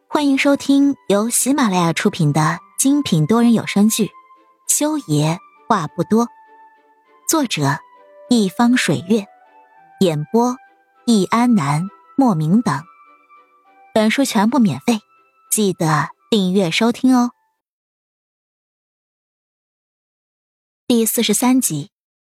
欢迎收听由喜马拉雅出品的精品多人有声剧《修爷话不多》，作者一方水月，演播易安南、莫名等。本书全部免费，记得订阅收听哦。第43集。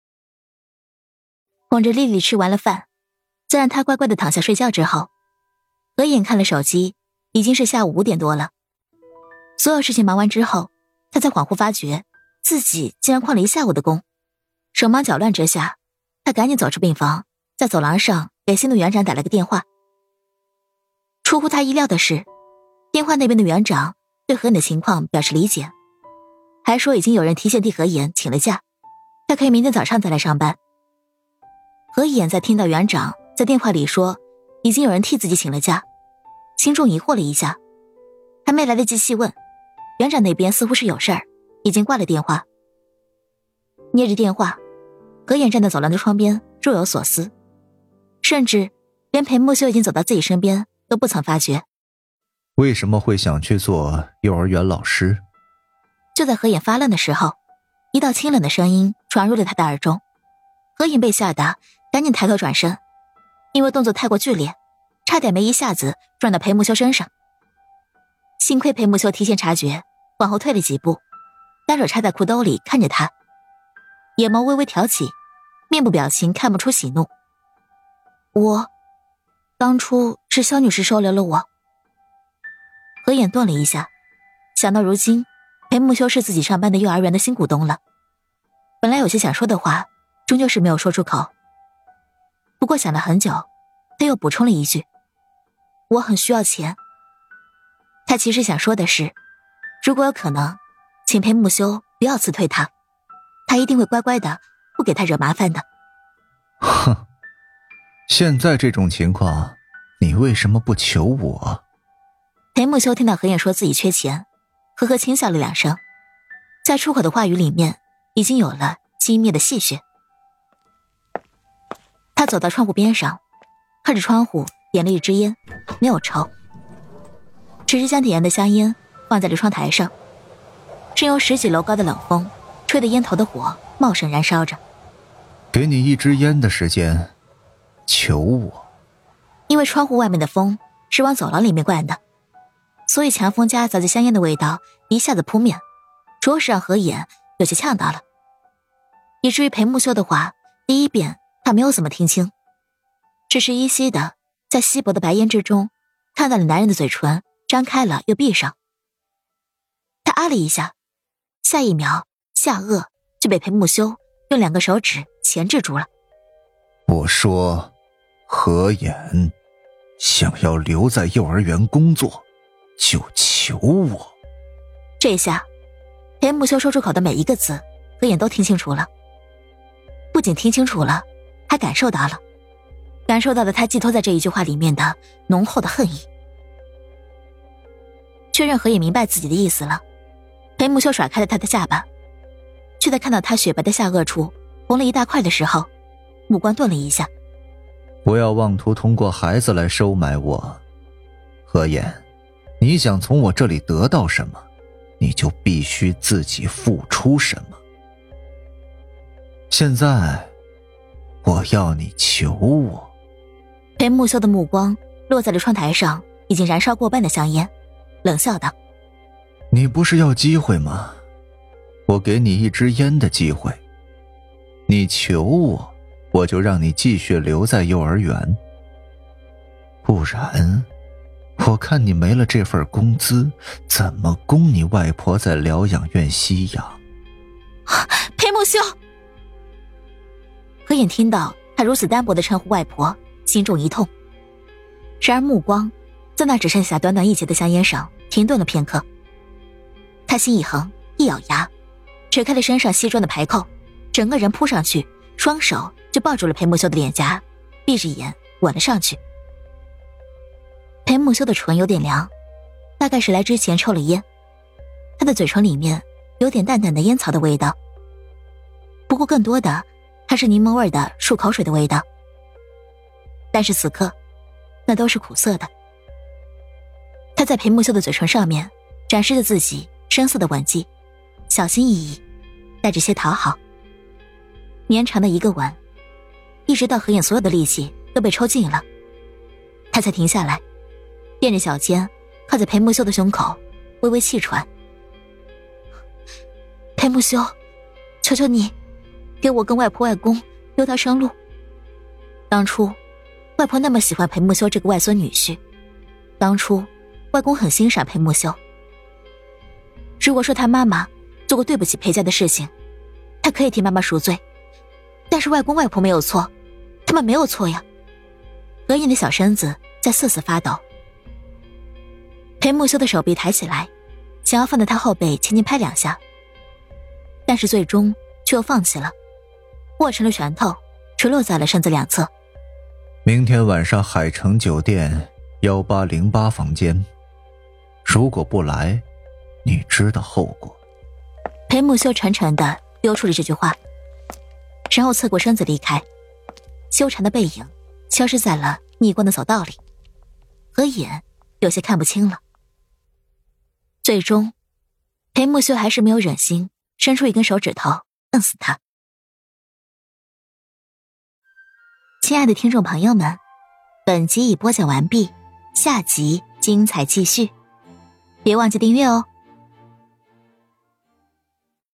哄着丽丽吃完了饭，再让她乖乖的躺下睡觉之后，合眼看了手机，已经是下午5点多了。所有事情忙完之后，他才恍惚发觉自己竟然旷了一下午的工。手忙脚乱之下，他赶紧走出病房，在走廊上给新的园长打了个电话。出乎他意料的是，电话那边的园长对何眼的情况表示理解，还说已经有人提前替何眼请了假，他可以明天早上再来上班。何眼在听到园长在电话里说已经有人替自己请了假，心中疑惑了一下，还没来得及细问，园长那边似乎是有事儿，已经挂了电话。捏着电话，何眼站在走廊的窗边若有所思，甚至连裴木修已经走到自己身边都不曾发觉。 为什么会想去做幼儿园老师？ 就在何眼发愣的时候，一道清冷的声音传入了他的耳中。何眼被吓得赶紧抬头转身，因为动作太过剧烈，差点没一下子撞到裴木修身上。幸亏裴木修提前察觉，往后退了几步，单手插在裤兜里看着他，眼眸微微挑起，面部表情看不出喜怒。我当初是萧女士收留了我。何眼顿了一下，想到如今裴木修是自己上班的幼儿园的新股东了，本来有些想说的话终究是没有说出口。不过想了很久，他又补充了一句，我很需要钱。他其实想说的是，如果有可能，请裴木修不要辞退他，他一定会乖乖的不给他惹麻烦的。 哼，现在这种情况你为什么不求我？ 裴木修听到何眼说自己缺钱，呵呵轻笑了2声，在出口的话语里面已经有了轻蔑的戏谑。他走到窗户边上，靠着窗户点了一支烟，没有抽，只是将点燃的香烟放在了窗台上，正由10几楼高的冷风吹得烟头的火茂盛燃烧着。 给你1支烟的时间，求我。 因为窗户外面的风是往走廊里面灌的，所以强风夹杂着香烟的味道一下子扑面，着实让何眼有些呛到了。以至于裴木修的话第一遍他没有怎么听清，只是依稀的在稀薄的白烟之中看到了男人的嘴唇张开了又闭上。他啊了一下，下一秒下颚就被裴木修用2个手指钳制住了。 我说何眼想要留在幼儿园工作，就求我。 这下裴木修说出口的每一个字何眼都听清楚了，不仅听清楚了，还感受到了他寄托在这一句话里面的浓厚的恨意。确认何眼明白自己的意思了，裴木修甩开了他的下巴，却在看到他雪白的下颚处红了一大块的时候，目光顿了一下。 不要妄图通过孩子来收买我，何眼，你想从我这里得到什么，你就必须自己付出什么。现在我要你求我。 裴木修的目光落在了窗台上已经燃烧过半的香烟，冷笑道， 你不是要机会吗？我给你1支烟的机会，你求我，我就让你继续留在幼儿园，不然我看你没了这份工资，怎么供你外婆在疗养院吸氧？ 裴木修！何眼听到他如此单薄的称呼外婆，心中一痛，然而目光在那只剩下短短1截的香烟上停顿了片刻。他心一横，一咬牙，扯开了身上西装的排扣，整个人扑上去，双手就抱住了裴木修的脸颊，闭着眼吻了上去。裴木修的唇有点凉，大概是来之前抽了烟，他的嘴唇里面有点淡淡的烟草的味道，不过更多的还是柠檬味的漱口水的味道。但是此刻那都是苦涩的。 他在裴木修的嘴唇上面展示着自己深色的吻技，小心翼翼，带着些讨好。绵长的一个吻，一直到何影所有的力气都被抽尽了，他才停下来，垫着小肩靠在裴木修的胸口，微微气喘。裴木修，求求你，给我跟外婆外公留条生路。当初外婆那么喜欢裴木修这个外孙女婿，当初外公很欣赏裴木修。如果说他妈妈做过对不起裴家的事情，他可以替妈妈赎罪，但是外公外婆没有错，他们没有错呀。何影的小身子在瑟瑟发抖。裴木修的手臂抬起来，想要放在他后背轻轻拍2下，但是最终却又放弃了，握成了拳头垂落在了身子两侧。 明天晚上海城酒店1808房间，如果不来，你知道后果。 裴木修沉沉地丢出了这句话，然后侧过身子离开，修长的背影消失在了逆光的走道里。何影有些看不清了。最终裴木修还是没有忍心伸出一根手指头摁死他。亲爱的听众朋友们，本集已播讲完毕，下集精彩继续，别忘记订阅哦。